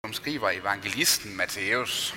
som skriver evangelisten Matthæus.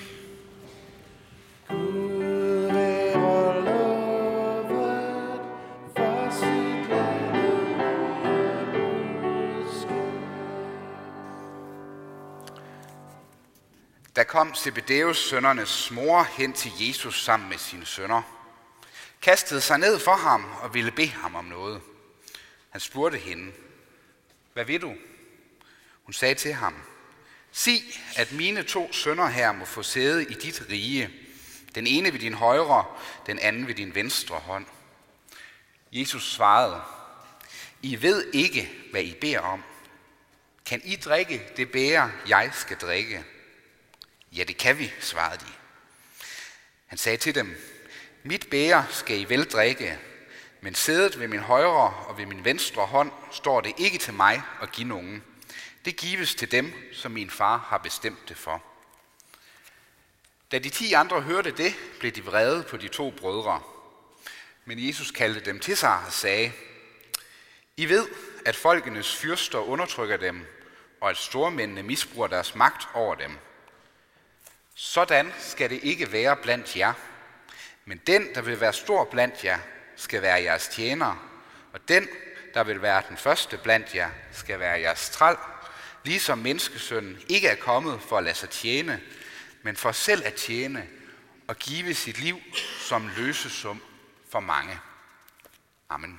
Der kom Zebedeus sønnernes mor hen til Jesus sammen med sine sønner, kastede sig ned for ham og ville bede ham om noget. Han spurgte hende, hvad vil du? Hun sagde til ham, sig, at mine 2 sønner her må få sæde i dit rige, den ene ved din højre, den anden ved din venstre hånd. Jesus svarede, I ved ikke, hvad I beder om. Kan I drikke det bæger, jeg skal drikke? Ja, det kan vi, svarede de. Han sagde til dem, mit bæger skal I vel drikke, men sædet ved min højre og ved min venstre hånd står det ikke til mig at give nogen. Det gives til dem, som min far har bestemt det for. Da de 10 andre hørte det, blev de vrede på de 2 brødre. Men Jesus kaldte dem til sig og sagde, I ved, at folkenes fyrster undertrykker dem, og at stormændene misbruger deres magt over dem. Sådan skal det ikke være blandt jer. Men den, der vil være stor blandt jer, skal være jeres tjener, og den, der vil være den første blandt jer, skal være jeres træl, ligesom menneskesønnen ikke er kommet for at lade sig tjene, men for selv at tjene og give sit liv som løsesum for mange. Amen.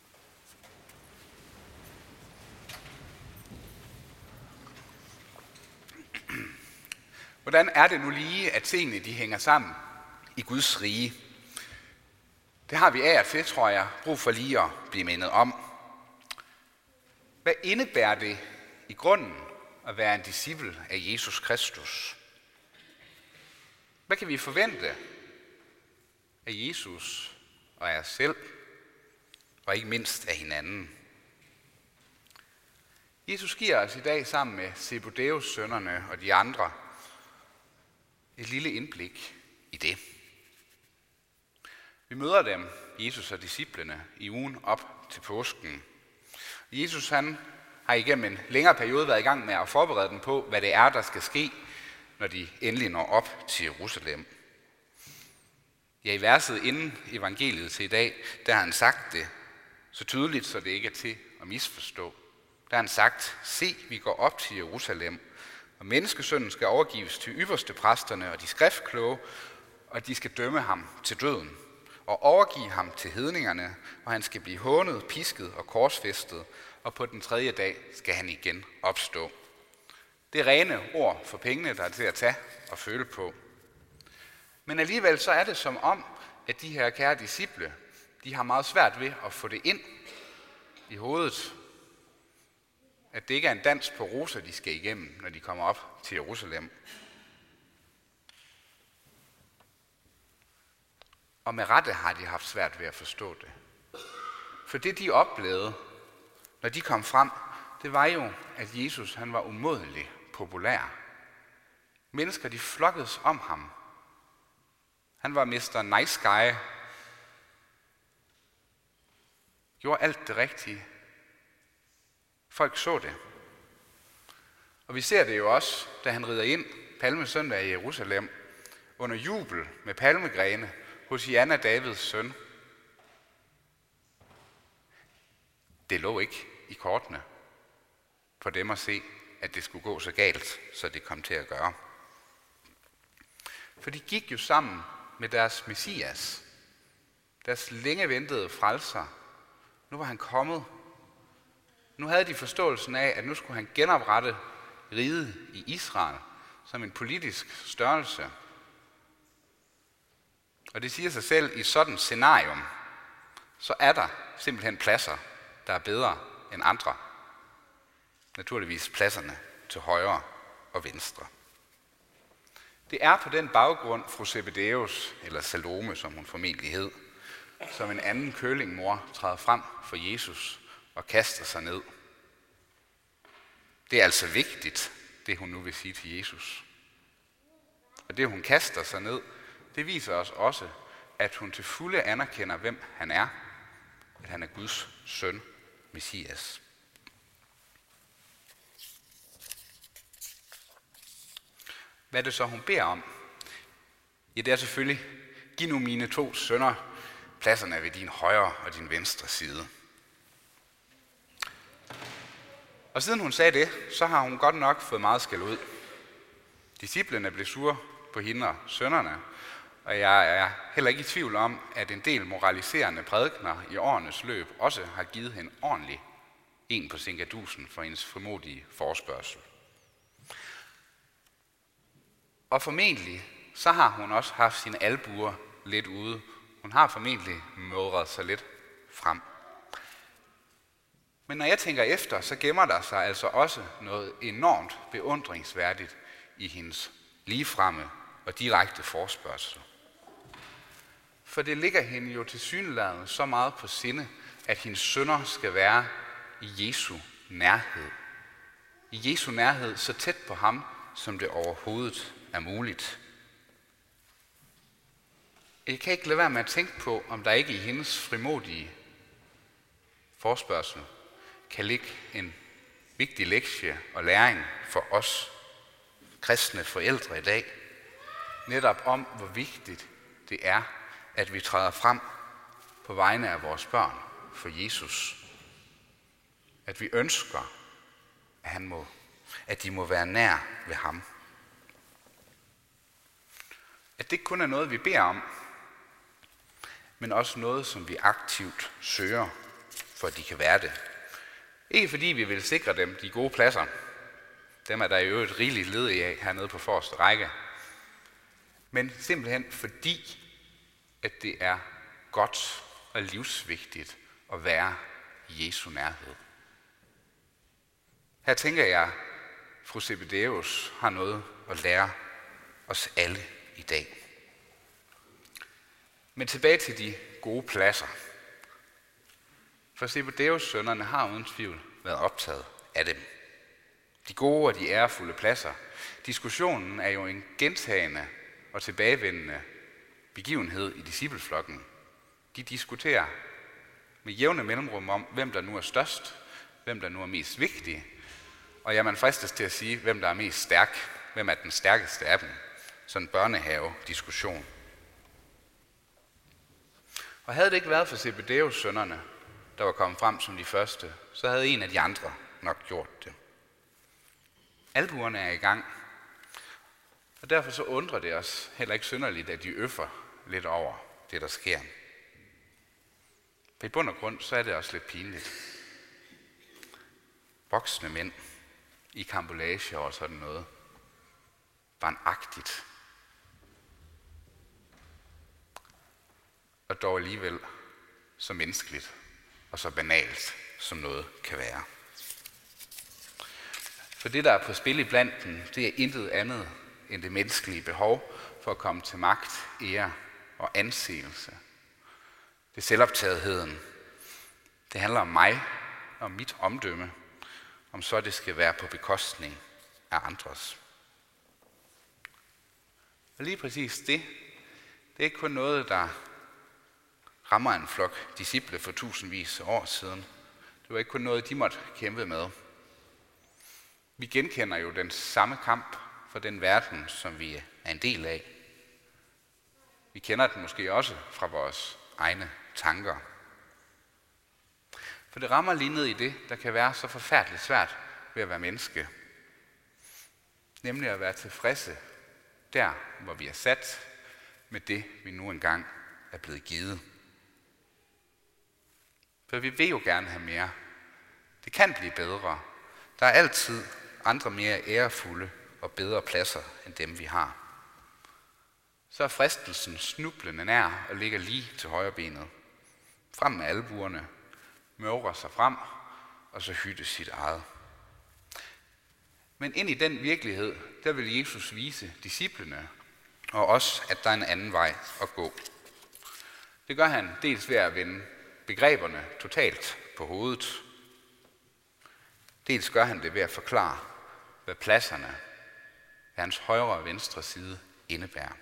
Hvordan er det nu lige, at tingene de hænger sammen i Guds rige? Det har vi af og til, tror jeg, brug for lige at blive mindet om. Hvad indebærer det i grunden at være en disciple af Jesus Kristus? Hvad kan vi forvente af Jesus og af os selv, og ikke mindst af hinanden? Jesus giver os i dag sammen med Zebedeus sønnerne og de andre et lille indblik i det. Vi møder dem, Jesus og disciplene, i ugen op til påsken. Jesus han har igennem en længere periode været i gang med at forberede dem på, hvad det er, der skal ske, når de endelig når op til Jerusalem. Ja, i verset inden evangeliet til i dag, der har han sagt det så tydeligt, så det ikke er til at misforstå. Der har han sagt, se, vi går op til Jerusalem, og menneskesønnen skal overgives til ypperste præsterne og de skriftkloge, og de skal dømme ham til døden og overgive ham til hedningerne, og han skal blive hånet, pisket og korsfæstet, og på den 3. dag skal han igen opstå. Det er rene ord for pengene, der er til at tage og føle på. Men alligevel så er det som om, at de her kære disciple, de har meget svært ved at få det ind i hovedet, at det ikke er en dans på roser, de skal igennem, når de kommer op til Jerusalem. Og med rette har de haft svært ved at forstå det. For det, de oplevede, når de kom frem, det var jo, at Jesus han var umådelig populær. Mennesker, de flokkedes om ham. Han var Mr. Nice Guy. Gjorde alt det rigtige. Folk så det. Og vi ser det jo også, da han rider ind palmesøndag i Jerusalem, under jubel med palmegrene hos Janna, Davids søn. Det lå ikke i kortene for dem at se, at det skulle gå så galt, så det kom til at gøre. For de gik jo sammen med deres Messias, deres længe ventede frelser. Nu var han kommet. Nu havde de forståelsen af, at nu skulle han genoprette riget i Israel som en politisk størrelse. Og det siger sig selv, i sådan et scenarium, så er der simpelthen pladser, der er bedre end andre. Naturligvis pladserne til højre og venstre. Det er på den baggrund, fru Zebedeus, eller Salome, som hun formentlig hed, som en anden kølingmor træder frem for Jesus og kaster sig ned. Det er altså vigtigt, det hun nu vil sige til Jesus. Og det hun kaster sig ned, det viser os også, at hun til fulde anerkender, hvem han er. At han er Guds søn, Messias. Hvad er det så, hun beder om? Ja, det er selvfølgelig, giv nu mine 2 sønner pladserne ved din højre og din venstre side. Og siden hun sagde det, så har hun godt nok fået meget skæld ud. Disciplene blev sure på hende og sønnerne, og jeg er heller ikke i tvivl om, at en del moraliserende prædikener i årenes løb også har givet hende ordentlig en på sinkadusen for hendes frimodige forespørgsel. Og formentlig så har hun også haft sine albuer lidt ude. Hun har formentlig mødret sig lidt frem. Men når jeg tænker efter, så gemmer der sig altså også noget enormt beundringsværdigt i hendes ligefremme og direkte forespørgsel. For det ligger hende jo tilsyneladende så meget på sinde, at hendes sønner skal være i Jesu nærhed. I Jesu nærhed så tæt på ham, som det overhovedet er muligt. Jeg kan ikke lade være med at tænke på, om der ikke i hendes frimodige forespørgsel kan ligge en vigtig lektie og læring for os kristne forældre i dag, netop om, hvor vigtigt det er, at vi træder frem på vegne af vores børn for Jesus. At vi ønsker, at de må være nær ved ham. At det ikke kun er noget, vi beder om, men også noget, som vi aktivt søger, for at de kan være det. Ikke fordi vi vil sikre dem de gode pladser. Dem er der i øvrigt rigeligt ledige af hernede på forreste række. Men simpelthen fordi, at det er godt og livsvigtigt at være i Jesu nærhed. Her tænker jeg, fru Zebedeus har noget at lære os alle i dag. Men tilbage til de gode pladser. For Zebedeus sønnerne har uden tvivl været optaget af dem. De gode og de ærefulde pladser. Diskussionen er jo en gentagende og tilbagevendende begivenhed i discipleflokken. De diskuterer med jævne mellemrum om, hvem der nu er størst, hvem der nu er mest vigtig, og man fristes til at sige, hvem der er mest stærk, hvem er den stærkeste af dem. Sådan en børnehave-diskussion. Og havde det ikke været for Zebedeus sønnerne, der var kommet frem som de første, så havde en af de andre nok gjort det. Albuerne er i gang, og derfor så undrer det os heller ikke synderligt, at de øffer lidt over det, der sker. For i bund og grund, så er det også lidt pinligt. Voksne mænd i kampolage og sådan noget, barnagtigt. Og dog alligevel så menneskeligt og så banalt, som noget kan være. For det, der er på spil i blandt dem, det er intet andet end det menneskelige behov for at komme til magt, ære og anseelse. Det er selvoptagetheden. Det handler om mig, om mit omdømme, om så det skal være på bekostning af andres. Og lige præcis det er ikke kun noget, der rammer en flok disciple for tusindvis af år siden. Det var ikke kun noget, de måtte kæmpe med. Vi genkender jo den samme kamp for den verden, som vi er en del af. Vi kender den måske også fra vores egne tanker. For det rammer lige ned i det, der kan være så forfærdeligt svært ved at være menneske. Nemlig at være tilfredse der, hvor vi er sat med det, vi nu engang er blevet givet. For vi vil jo gerne have mere. Det kan blive bedre. Der er altid andre mere ærefulde og bedre pladser end dem, vi har. Så er fristelsen snublende nær og ligger lige til højre benet. Frem med albuerne, møvrer sig frem og så hytte sit eget. Men ind i den virkelighed, der vil Jesus vise disciplene og os, at der er en anden vej at gå. Det gør han dels ved at vende begreberne totalt på hovedet. Dels gør han det ved at forklare, hvad pladserne af hans højre og venstre side indebærer.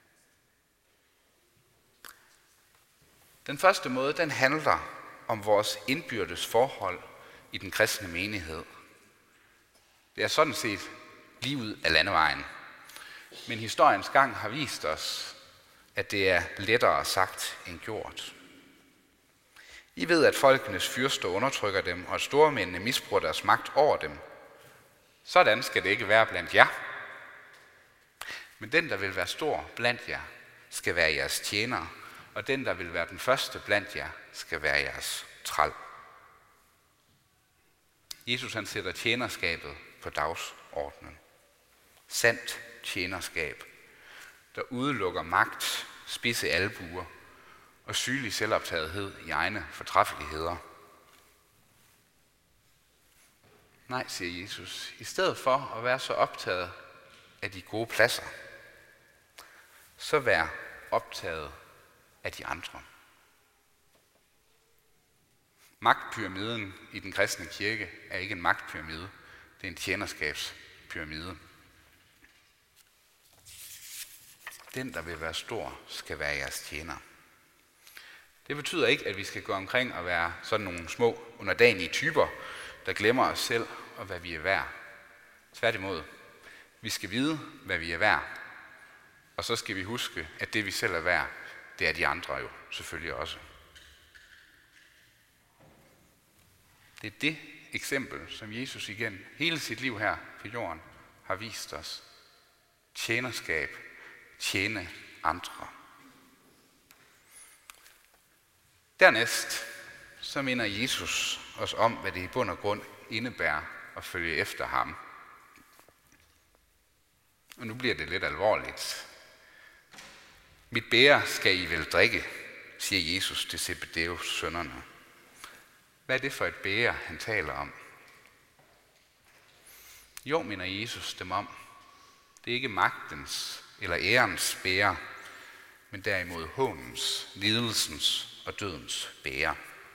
Den første måde, den handler om vores indbyrdes forhold i den kristne menighed. Det er sådan set lige ud af landevejen. Men historiens gang har vist os, at det er lettere sagt end gjort. I ved, at folkenes fyrster undertrykker dem, og at stormændene misbruger deres magt over dem. Sådan skal det ikke være blandt jer. Men den, der vil være stor blandt jer, skal være jeres tjener, og den, der vil være den første blandt jer, skal være jeres træl. Jesus han sætter tjenerskabet på dagsordenen. Sandt tjenerskab, der udelukker magt, spidse albuer og sygelig selvoptagethed i egne fortræffeligheder. Nej, siger Jesus, i stedet for at være så optaget af de gode pladser, så vær optaget af de andre. Magtpyramiden i den kristne kirke er ikke en magtpyramide, det er en tjenerskabspyramide. Den, der vil være stor, skal være jeres tjener. Det betyder ikke, at vi skal gå omkring og være sådan nogle små underdanige typer, der glemmer os selv og hvad vi er værd. Tværtimod, vi skal vide, hvad vi er værd, og så skal vi huske, at det vi selv er værd, det er de andre jo selvfølgelig også. Det er det eksempel, som Jesus igen hele sit liv her på jorden har vist os. Tjenerskab, tjene andre. Dernæst så minder Jesus os om, hvad det i bund og grund indebærer at følge efter ham. Og nu bliver det lidt alvorligt. Mit bæger skal I vel drikke, siger Jesus til Zebedeus sønnerne. Hvad er det for et bæger, han taler om? Jo, minder Jesus dem om. Det er ikke magtens eller ærens bæger, men derimod hånens, lidelsens og dødens bæger.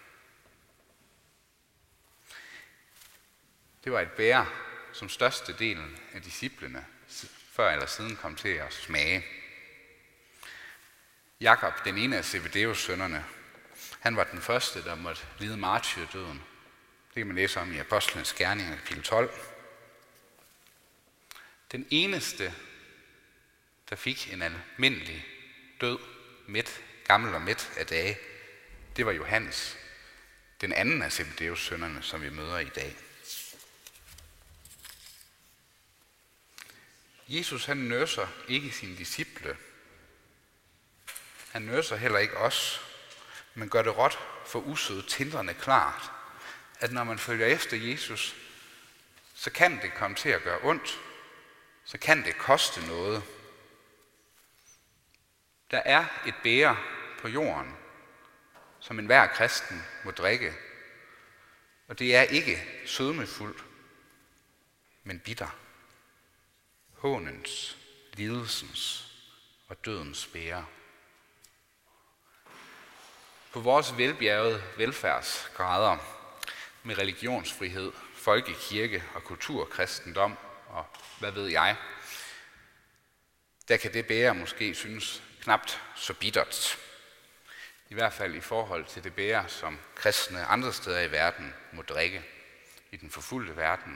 Det var et bæger, som størstedelen af disciplene før eller siden kom til at smage. Jakob, den ene af Zebedeus sønnerne, han var den første, der måtte lide martyrdøden. Det kan man læse om i Apostlenes Gerninger, kapitel 12. Den eneste, der fik en almindelig død, gammel og mæt af dage, det var Johannes, den anden af Zebedeus sønnerne, som vi møder i dag. Jesus han nøser ikke sine disciple. Han nøser heller ikke os, men gør det råt for usøde tindrende klart, at når man følger efter Jesus, så kan det komme til at gøre ondt, så kan det koste noget. Der er et bæger på jorden, som enhver kristen må drikke, og det er ikke sødmefuldt, men bitter. Hånens, lidelsens og dødens bæger. På vores velbjergede velfærdsgrader med religionsfrihed, folkekirke og kulturkristendom og hvad ved jeg, der kan det bæger måske synes knapt så bittert. I hvert fald i forhold til det bæger, som kristne andre steder i verden må drikke i den forfulgte verden.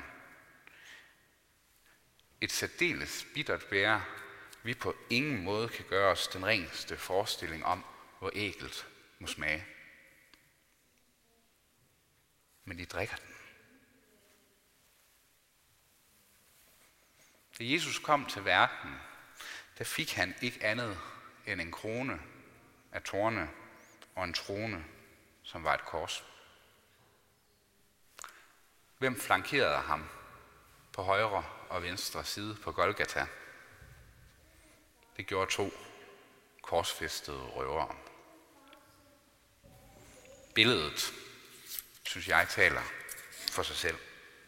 Et særdeles bittert bæger, vi på ingen måde kan gøre os den ringeste forestilling om, hvor ækelt må smage. Men de drikker den. Da Jesus kom til verden, der fik han ikke andet end en krone af torne og en trone, som var et kors. Hvem flankerede ham på højre og venstre side på Golgata? Det gjorde 2 korsfæstede røvere. Billedet, synes jeg, taler for sig selv.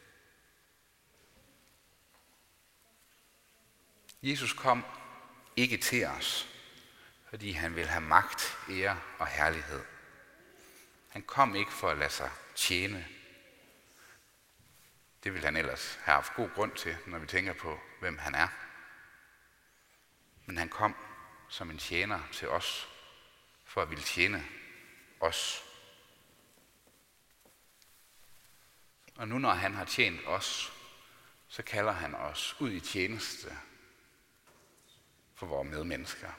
Jesus kom ikke til os, fordi han vil have magt, ære og herlighed. Han kom ikke for at lade sig tjene. Det vil han ellers have haft god grund til, når vi tænker på, hvem han er. Men han kom som en tjener til os, for at ville tjene os. Og nu når han har tjent os, så kalder han os ud i tjeneste for vores medmennesker.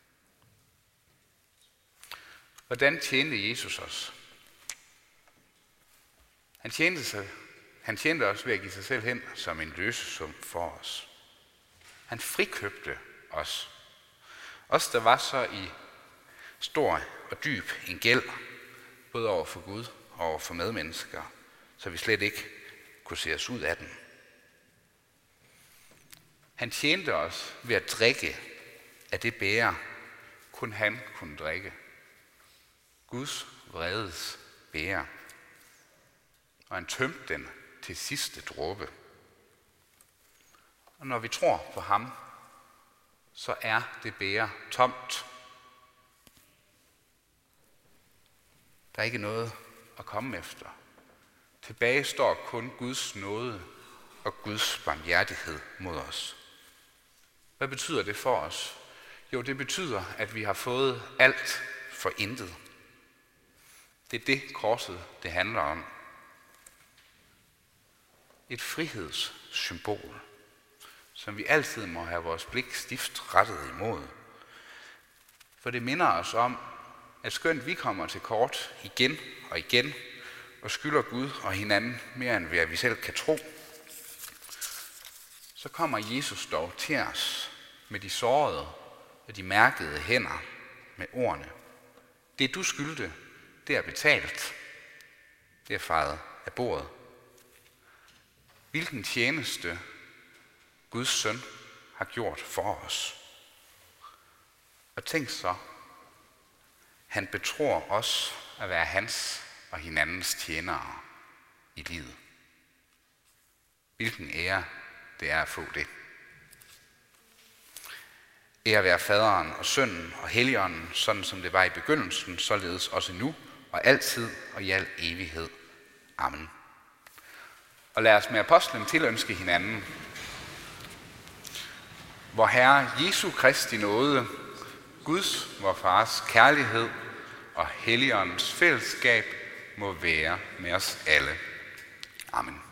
Hvordan tjente Jesus os? Han tjente os ved at give sig selv hen som en løsesum for os. Han frikøbte os. Os, der var så i stor og dyb en gæld, både over for Gud og over for medmennesker, så vi slet ikke kunne se os ud af den. Han tjente os ved at drikke af det bæger, kun han kunne drikke. Guds vredes bæger. Og han tømte den til sidste dråbe. Og når vi tror på ham, så er det bæger tomt. Der er ikke noget at komme efter. Tilbage står kun Guds nåde og Guds barmhjertighed mod os. Hvad betyder det for os? Jo, det betyder, at vi har fået alt for intet. Det er det, korset det handler om. Et frihedssymbol, som vi altid må have vores blik stift rettet imod. For det minder os om, at skønt vi kommer til kort igen og igen, og skylder Gud og hinanden mere end hvad vi selv kan tro, så kommer Jesus dog til os med de sårede og de mærkede hænder med ordene. Det du skyldte, det er betalt. Det er fejet af bordet. Hvilken tjeneste Guds søn har gjort for os. Og tænk så, han betror os at være hans og hinandens tjenere i livet. Hvilken ære det er at få det. Ære være faderen og sønnen og helligånden, sådan som det var i begyndelsen, således også nu og altid og i al evighed. Amen. Og lad os med apostlen tilønske hinanden. Vor Herre Jesu Kristi nåde, Guds, vor Fars kærlighed og Helligåndens fællesskab må være med os alle. Amen.